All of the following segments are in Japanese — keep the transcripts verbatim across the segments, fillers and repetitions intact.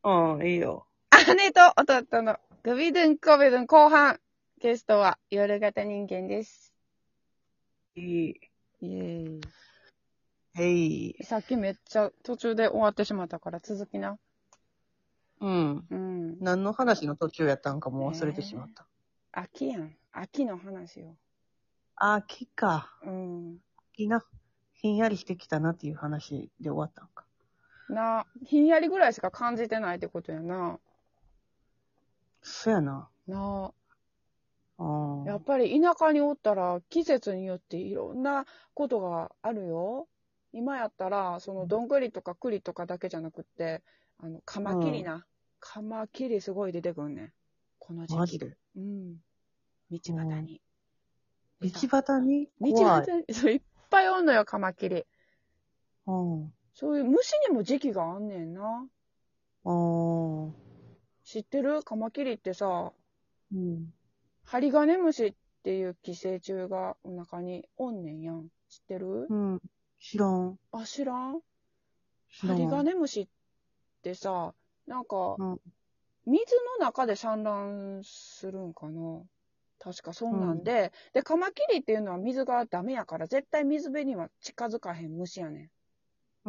うん、いいよ。 姉と弟のグビドゥンコビドゥン後半。ゲストは夜型人間です。 いい。 イエーイ。 へい。 さっきめっちゃ途中で終わってしまったから続きな。 うん。 うん。 何の話の途中やったんかもう忘れてしまった。 えー、秋やん。秋の話よ。 あ、秋か。 うん。 秋な。ひんやりしてきたなっていう話で終わったんか。 な、ひんやりぐらいしか感じてないってことやな。 そやな。 なあやっぱり田舎におったら季節によっていろんなことがあるよ。今やったら、そのどんぐりとか栗とかだけじゃなくって、あの、カマキリな。カマキリすごい出てくんねん。この時期。 マジで。 うん。道端に。 道端に道怖い。 端に、そう、いっぱいおんのよ、カマキリ。 うん。 そういう虫にも時期があんねんな。 あー。 知ってる？カマキリってさ、 うん。 ハリガネムシっていう寄生虫がお腹におんねんやん。知ってる？ うん。知らん。 あ、知らん？ 知らん。 ハリガネムシってさ、なんか、 うん。 水の中で産卵するんかな？確かそんなんうん。 で、で、カマキリっていうのは水がダメやから、絶対水辺には近づかへん虫やねん。 うん。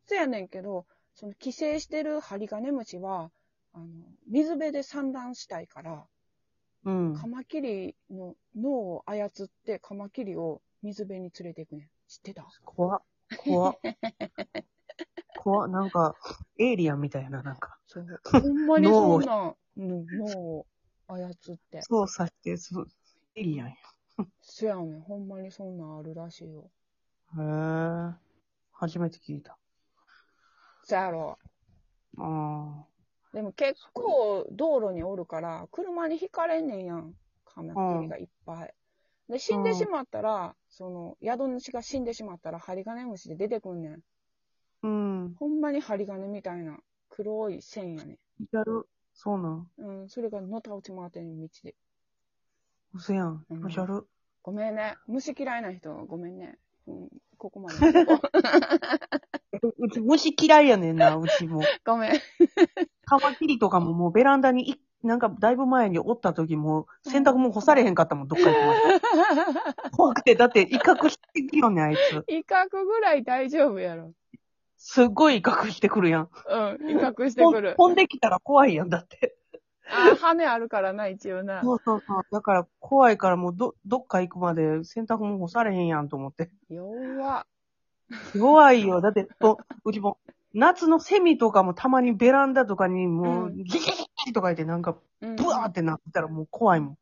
そうやねんけど、その寄生してるハリガネムシは、あの、水辺で産卵したいから、 うん。 カマキリの脳を操ってカマキリを水辺に連れていくねん。知ってた？ 怖っ。怖っ。怖っ。なんか、エイリアンみたいな、なんか。 そう。ほんまにそんなん、うん、脳を操って。 操作して、そう、エイリアンや。 そやねん。ほんまにそんなんあるらしいよ。 へえ。初めて聞いた。 そやろ。 ああ。 でも結構道路におるから、車にひかれんねんやん。カマキリがいっぱい。で、死んでしまったら、その、宿主が死んでしまったら、ハリガネムシで出てくんねん。 うん。 ほんまにハリガネみたいな黒い線やねやる。そうなん。 ん。うん、それがのたうち回ってんねん、道で。 嘘やん。 うん、 やる。 ごめんね。虫嫌いな人、ごめんね。うん、ここまでにしとこう。 うち虫嫌いやねんな、うちも。 ごめん。 カマキリとかももうベランダにい、なんかだいぶ前におった時も、洗濯も干されへんかったもん、どっか行くまで。怖くて、だって威嚇してくるよね、あいつ。 威嚇ぐらい大丈夫やろ。 すっごい威嚇してくるやん。 うん、威嚇してくる。 飛んできたら怖いやん、だって。 あ、羽あるからな、一応な。 そうそうそう。だから怖いからもうど、どっか行くまで洗濯も干されへんやんと思って。 弱っ。 弱いよ。だって、とうちも、夏のセミとかもたまにベランダとかにもう、 うんギギギギとか言ってなんか、 うん、 ブワーってなってたらもう怖いもん。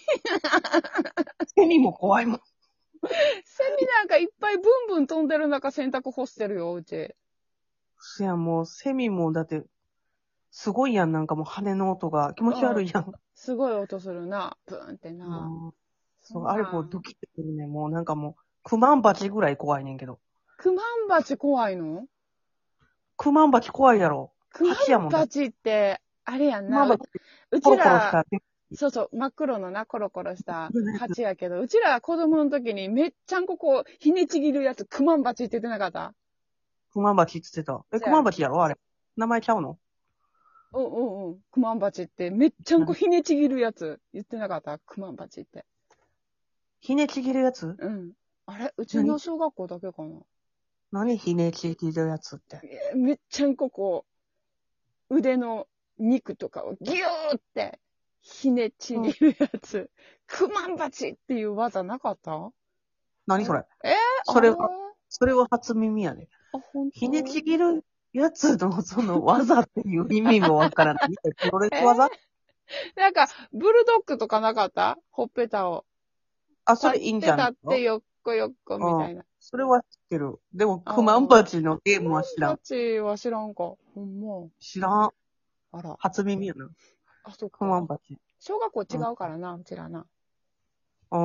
セミも怖いもん。 セミなんかいっぱいブンブン飛んでる中洗濯干してるよ、うち。 そや、もうセミもだって、すごいやん、なんかもう羽の音が気持ち悪いやん。 すごい音するな。ブーンってな。 もうそう、 そんなんあれもうドキッとするね。もうなんかもう、クマンバチぐらい怖いねんけど。 クマンバチ怖いの？ クマンバチ怖いやろ。 クマ蜂やもんだ。 ンバチって、あれやんな。 クマンバチうちコロコロしら、 た。 そうそう、真っ黒のな、コロコロした蜂やけど、うちら子供の時にめっちゃんここう、ひねちぎるやつ、クマンバチって言ってなかった？ クマンバチって言ってた。え、クマンバチやろあれ。名前ちゃうの？ うんうんうん。クマンバチってめっちゃんこひねちぎるやつ言ってなかった？クマンバチって。 ひねちぎるやつ？ うん。あれうちの小学校だけかな。 何ひねちぎるやつって。 えめっちゃんここう、腕の肉とかをギューってひねちぎるやつ。うん、クマンバチっていう技なかった？ 何それ？ えー、 それは、それは初耳やね。 あ、ほんと？ ひねちぎるやつのその技っていう意味もわからない。プロレス技？ なんか、ブルドッグとかなかった？ほっぺたを。 あ、それいいんじゃん。 立って立ってよっこよっこみたいな。 それは知ってる。でも、クマンバチのゲームは知らん。 クマンバチは知らんか。ほんま。 知らん。 あら。 初耳やな。 あ、そっか。 クマンバチ。 小学校違うからな、うん、うちらな。 うん。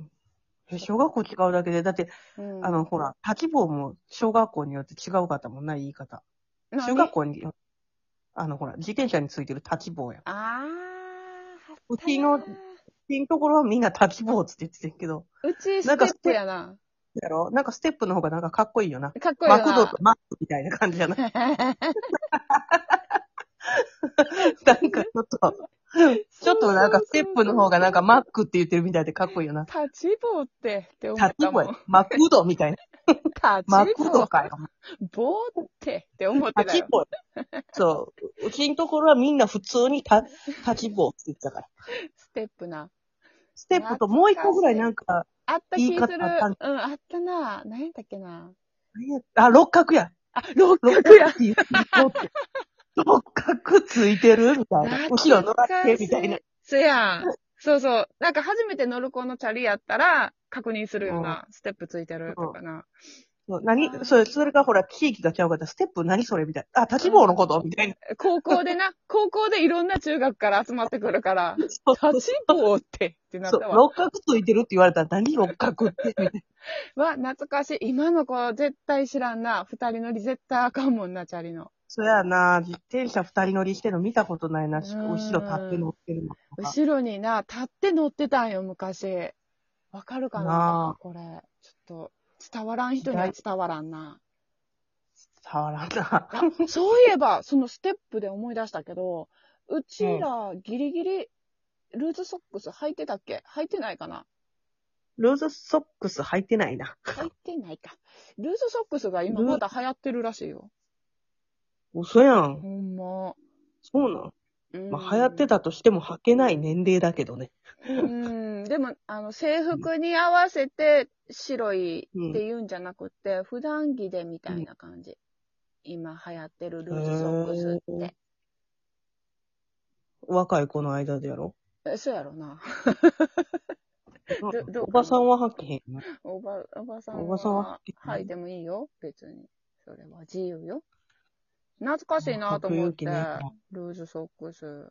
え、小学校違うだけで、だって、うん、あの、ほら、立ち棒も小学校によって違うかったもんな、言い方。中学校に、あの、ほら、自転車についてる立ち棒や。 あー。うちの、うちのところはみんな立ち棒って言ってたけど。 うちステップやな。 やろ？なんかステップの方がなんかかっこいいよな。 かっこいいよな。 マクドとマックみたいな感じじゃない？ ょっと、ちょっとなんかステップの方がなんかマックって言ってるみたいでかっこいいよな。 立ち棒ってって思ったもん。 マクドみたいな。マクドかよ。 棒ってって思ってたよ。 立ち棒。そう。うちのところはみんな普通にた立ち棒って言ってたから。 ステップな。 ステップともう一個ぐらいなんか、 あった気する。 言い方あったんうん、あったな。何やったっけな。 あ、六角や。 あ、六角や。 六角ついてるみたいな。後ろ乗らってみたいな。 そやん。そうそう。なんか初めて乗る子のチャリやったら確認するよな。うん、ステップついてるとかな。 そう何それ、それがほら、地域がちゃうから、ステップ何それみたいな。あ、立ち棒のこと、うん、みたいな。 高校でな、高校でいろんな中学から集まってくるから、立ち棒ってってなったわ。 そう、六角ついてるって言われたら、何六角って、みたいな。わ、懐かしい。今の子絶対知らんな。二人乗り絶対あかんもんな、チャリの。 そやな、自転車二人乗りしてるの見たことないな、後ろ立って乗ってるの。 後ろにな、立って乗ってたんよ、昔。わかるかな, なこれ。ちょっと、伝わらん人には伝わらんな。 伝わらんな。 そういえば、そのステップで思い出したけど、うちらギリギリルーズソックス履いてたっけ？履いてないかな？ ルーズソックス履いてないな。 履いてないか。ルーズソックスが今まだ流行ってるらしいよ。 嘘やん。 ほんま。 そうなん。まあ、流行ってたとしても履けない年齢だけどね。 うん。でも、あの、制服に合わせて白いっていうんじゃなくて、うん、普段着でみたいな感じ。うん、今流行ってるルーズソックスって。 若い子の間でやろ？ え、そうやろな。 どどおばさんは履けへんの？ おば、おばさんは履いてもいいよ、別に。それは自由よ。懐かしいなと思って、ルーズソックス。うん。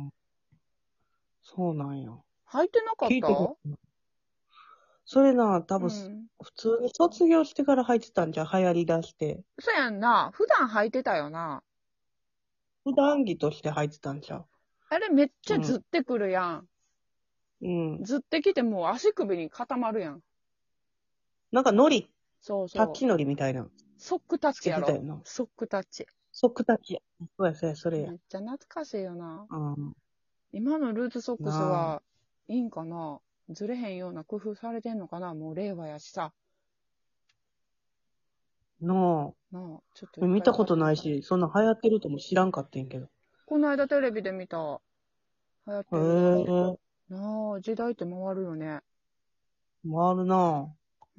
そうなんや。 履いてなかった？ それな、多分、うん、普通に卒業してから履いてたんじゃ、流行り出して。 そうやんな。普段履いてたよな。 普段着として履いてたんじゃ。 あれめっちゃずってくるやん。 うん。 ずってきてもう足首に固まるやん。 なんかノリ。 そうそう。 タッチノリみたいな。 ソックタッチやろ。よソックタッチ。 ソックタッチや。そうや、そうや、それや。 めっちゃ懐かしいよな。 うん。 今のルーズソックスはいいんかな？ずれへんような工夫されてんのかな？もう令和やしさ。 なあ。なあ。ちょっと見たことないし、そんな流行ってるとも知らんかってんけど。 この間テレビで見た。流行ってる。へぇ。なあ、時代って回るよね。 回るなぁ。 うん。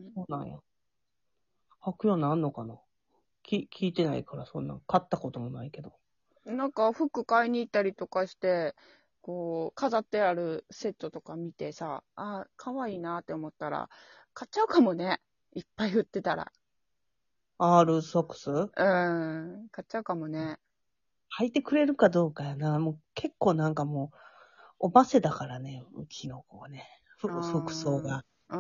そうなんや。履くようになんのかな？き、聞いてないから、そんな、買ったこともないけど。 なんか服買いに行ったりとかして、こう、飾ってあるセットとか見てさ、あ、かわいいなって思ったら、買っちゃうかもね。いっぱい売ってたら。 アールソックス？うん。 買っちゃうかもね。 履いてくれるかどうかやな。もう結構なんかもう、おばせだからね、うちの子はね。服装が。 うん。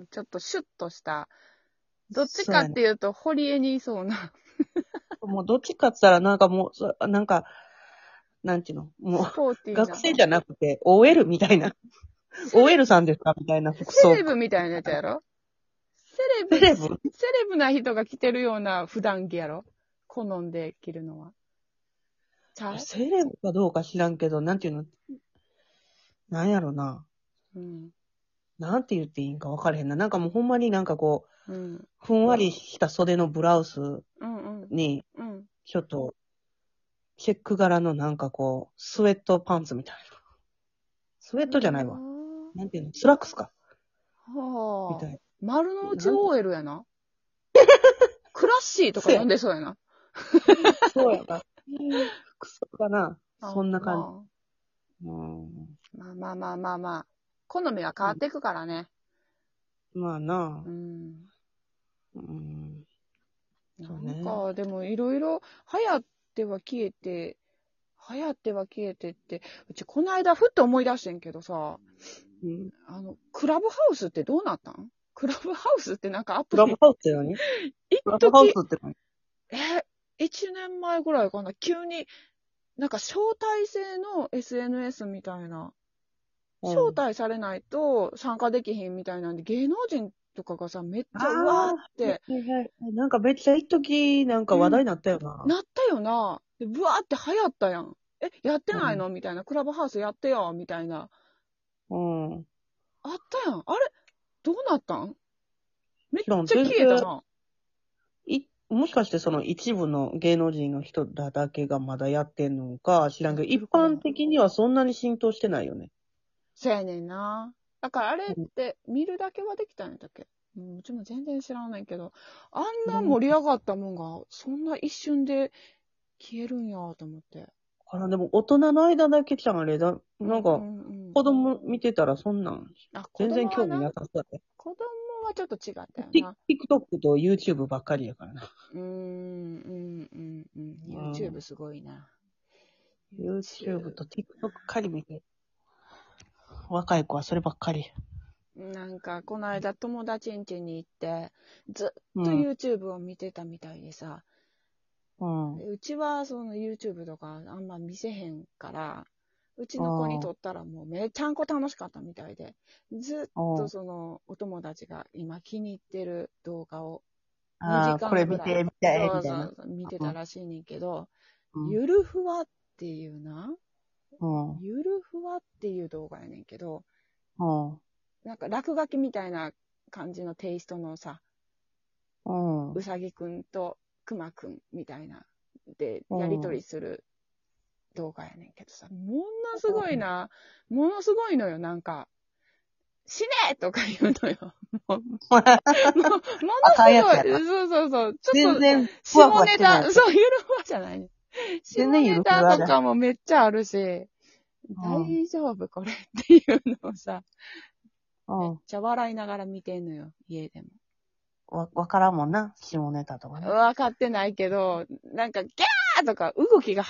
ちょっとシュッとした。どっちかっていうと、堀江にいそうな。 もうどっちかって言ったらなんかもう、なんか、なんていうのもう、学生じゃなくて、オーエル みたいな。オーエル さんですかみたいな服装。 セレブみたいなやつやろ？セレブ、セレブセレブな人が着てるような普段着やろ？好んで着るのは。 セレブかどうか知らんけど、なんていうのなんやろな。うん。なんて言っていいんか分からへんな。なんかもうほんまになんかこう、うん、ふんわりした袖のブラウスに、ちょっと、チェック柄のなんかこう、スウェットパンツみたいな。スウェットじゃないわ。なんていうのスラックスか。 はあ。みたいな。丸の内 オーエル やな。クラッシーとか読んでそうやな。 そうやな。服装かな。そんな感じ。うん、 まあまあまあまあまあ。好みは変わっていくからね。 うん、まあなあ。うん。うん。 そうね。なんか、でもいろいろ流行っては消えて、流行っては消えてって、うちこの間ふっと思い出してんけどさ、うん、あの、クラブハウスってどうなったん？クラブハウスってなんかアプリ。 クラブハウスって何？クラブハウスって何？ え、一年前ぐらいかな、急に、なんか招待制の エスエヌエス みたいな。招待されないと参加できひんみたいなんで、芸能人とかがさ、めっちゃうわーって。 はいはい。なんかめっちゃ一時なんか話題になったよな。 うん、なったよな。で、ブワーって流行ったやん。 え、やってないの、うん、みたいな。クラブハウスやってよみたいな。 うん。 あったやん。あれどうなったん？めっちゃ消えたな。 い、もしかしてその一部の芸能人の人らだけがまだやってんのか知らんけど、一般的にはそんなに浸透してないよね。 そうやねんな。だからあれって見るだけはできたんやったっけ？うん、うちも全然知らないけど、あんな盛り上がったもんが、そんな一瞬で消えるんやと思って。 あら、でも大人の間だけじゃん、あれだ。なんか、子供見てたらそんなん、全然興味なさそうだね。 子供はちょっと違ったよな。 TikTok と YouTube ばっかりやからな。 うーん、うん、うん、うん。YouTube すごいな。 YouTube と TikTok かり見て。若い子はそればっかり。 なんか、この間友達ん家に行って、ずっと YouTube を見てたみたいでさ、うん、うちはその YouTube とかあんま見せへんから、うちの子にとったらもうめちゃんこ楽しかったみたいで、ずっとそのお友達が今気に入ってる動画をにじかんぐらい、そうそうそう見てたらしいねんけど、うん、ゆるふわっていうな、うん、ゆるふわっていう動画やねんけど、うん、なんか落書きみたいな感じのテイストのさ、うん、うさぎくんとくまくんみたいなでやりとりする動画やねんけどさ、ものすごいな、ものすごいのよ、なんか、死ねとか言うのよ。もう、もものすごい、そうそうそう、ちょっと、下ネタ、そう、ゆるふわじゃない。下ネタとかもめっちゃあるし、大丈夫これっていうのをさ、めっちゃ笑いながら見てんのよ、家でも。 わ、わからんもんな、下ネタとかね。 わかってないけど、なんか、ギャーとか動きが